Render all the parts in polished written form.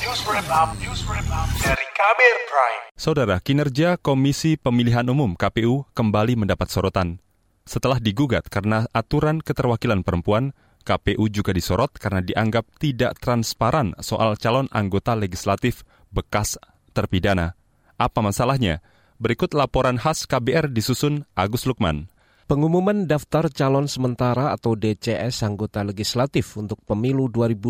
News Wrap Up dari KBR Prime. Saudara, kinerja Komisi Pemilihan Umum KPU kembali mendapat sorotan. Setelah digugat karena aturan keterwakilan perempuan, KPU juga disorot karena dianggap tidak transparan soal calon anggota legislatif bekas terpidana. Apa masalahnya? Berikut laporan khas KBR disusun Agus Lukman. Pengumuman daftar calon sementara atau DCS anggota legislatif untuk pemilu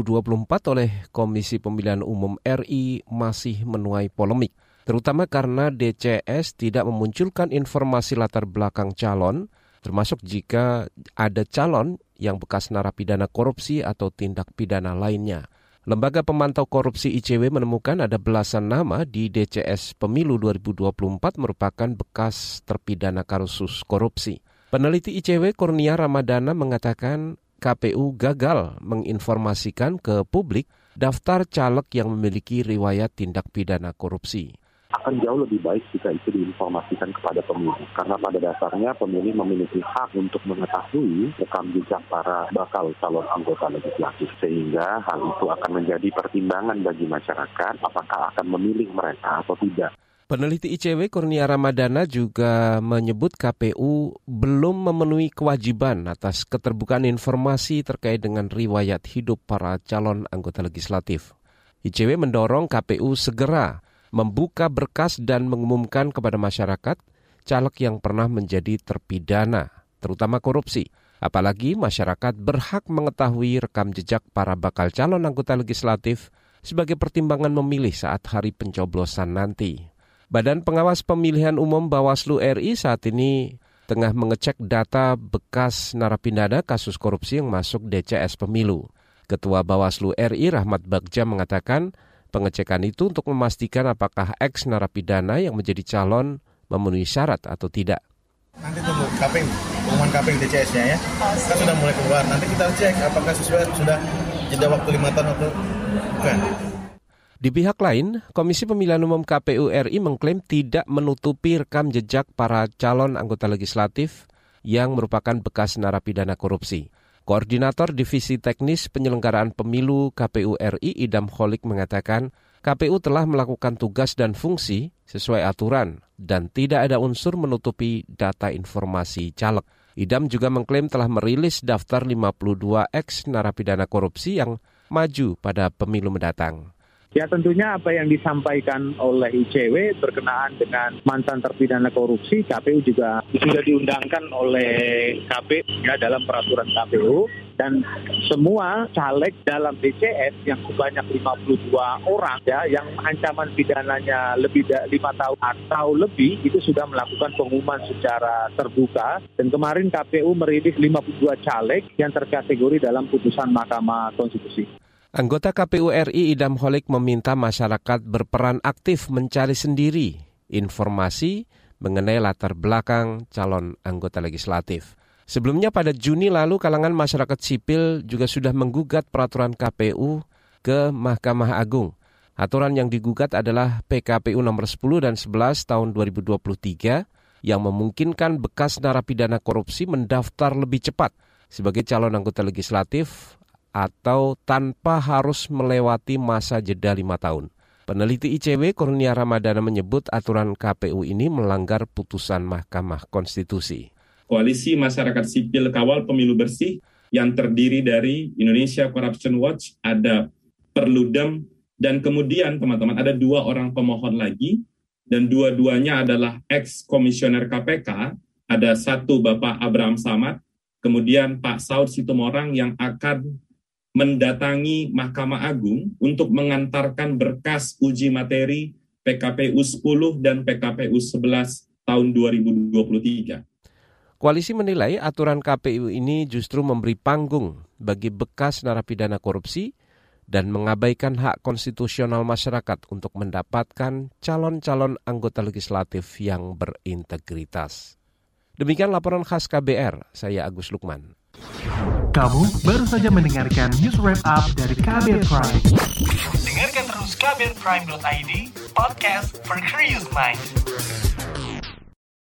2024 oleh Komisi Pemilihan Umum RI masih menuai polemik, terutama karena DCS tidak memunculkan informasi latar belakang calon, termasuk jika ada calon yang bekas narapidana korupsi atau tindak pidana lainnya. Lembaga Pemantau Korupsi ICW menemukan ada belasan nama di DCS Pemilu 2024 merupakan bekas terpidana kasus korupsi. Peneliti ICW Kurnia Ramadana mengatakan KPU gagal menginformasikan ke publik daftar caleg yang memiliki riwayat tindak pidana korupsi. Akan jauh lebih baik jika itu diinformasikan kepada pemilih. Karena pada dasarnya pemilih memiliki hak untuk mengetahui rekam jejak para bakal calon anggota legislatif. Sehingga hal itu akan menjadi pertimbangan bagi masyarakat apakah akan memilih mereka atau tidak. Peneliti ICW Kurnia Ramadana juga menyebut KPU belum memenuhi kewajiban atas keterbukaan informasi terkait dengan riwayat hidup para calon anggota legislatif. ICW mendorong KPU segera membuka berkas dan mengumumkan kepada masyarakat caleg yang pernah menjadi terpidana, terutama korupsi. Apalagi masyarakat berhak mengetahui rekam jejak para bakal calon anggota legislatif sebagai pertimbangan memilih saat hari pencoblosan nanti. Badan Pengawas Pemilihan Umum Bawaslu RI saat ini tengah mengecek data bekas narapidana kasus korupsi yang masuk DCS Pemilu. Ketua Bawaslu RI Rahmat Bagja mengatakan pengecekan itu untuk memastikan apakah ex-narapidana yang menjadi calon memenuhi syarat atau tidak. Nanti tunggu pengumuman KPU DCS-nya ya. Kan sudah mulai keluar. Nanti kita cek apakah sesuai sudah jeda waktu 5 tahun atau bukan. Di pihak lain, Komisi Pemilihan Umum KPU RI mengklaim tidak menutupi rekam jejak para calon anggota legislatif yang merupakan bekas narapidana korupsi. Koordinator Divisi Teknis Penyelenggaraan Pemilu KPU RI Idam Kholik mengatakan KPU telah melakukan tugas dan fungsi sesuai aturan dan tidak ada unsur menutupi data informasi caleg. Idam juga mengklaim telah merilis daftar 52 ex-narapidana korupsi yang maju pada pemilu mendatang. Ya tentunya apa yang disampaikan oleh ICW berkenaan dengan mantan terpidana korupsi, KPU juga sudah diundangkan oleh KPU ya, dalam peraturan KPU. Dan semua caleg dalam DCS yang sebanyak 52 orang ya, yang ancaman pidananya lebih dari 5 tahun atau lebih, itu sudah melakukan pengumuman secara terbuka. Dan kemarin KPU merilis 52 caleg yang terkategori dalam putusan Mahkamah Konstitusi. Anggota KPU RI Idam Kholik meminta masyarakat berperan aktif mencari sendiri informasi mengenai latar belakang calon anggota legislatif. Sebelumnya pada Juni lalu kalangan masyarakat sipil juga sudah menggugat peraturan KPU ke Mahkamah Agung. Aturan yang digugat adalah PKPU nomor 10 dan 11 tahun 2023 yang memungkinkan bekas narapidana korupsi mendaftar lebih cepat sebagai calon anggota legislatif atau tanpa harus melewati masa jeda 5 tahun. Peneliti ICW Kurnia Ramadana menyebut aturan KPU ini melanggar putusan Mahkamah Konstitusi. Koalisi Masyarakat Sipil Kawal Pemilu Bersih yang terdiri dari Indonesia Corruption Watch, ada Perludem, dan kemudian teman-teman ada 2 orang pemohon lagi, dan dua-duanya adalah ex-komisioner KPK, ada satu Bapak Abraham Samad, kemudian Pak Saud Situmorang yang akan mendatangi Mahkamah Agung untuk mengantarkan berkas uji materi PKPU 10 dan PKPU 11 tahun 2023. Koalisi menilai aturan KPU ini justru memberi panggung bagi bekas narapidana korupsi dan mengabaikan hak konstitusional masyarakat untuk mendapatkan calon-calon anggota legislatif yang berintegritas. Demikian laporan khas KBR, saya Agus Lukman. Kamu baru saja mendengarkan News Wrap Up dari KBR Prime. Dengarkan terus kbrprime.id, podcast for curious mind.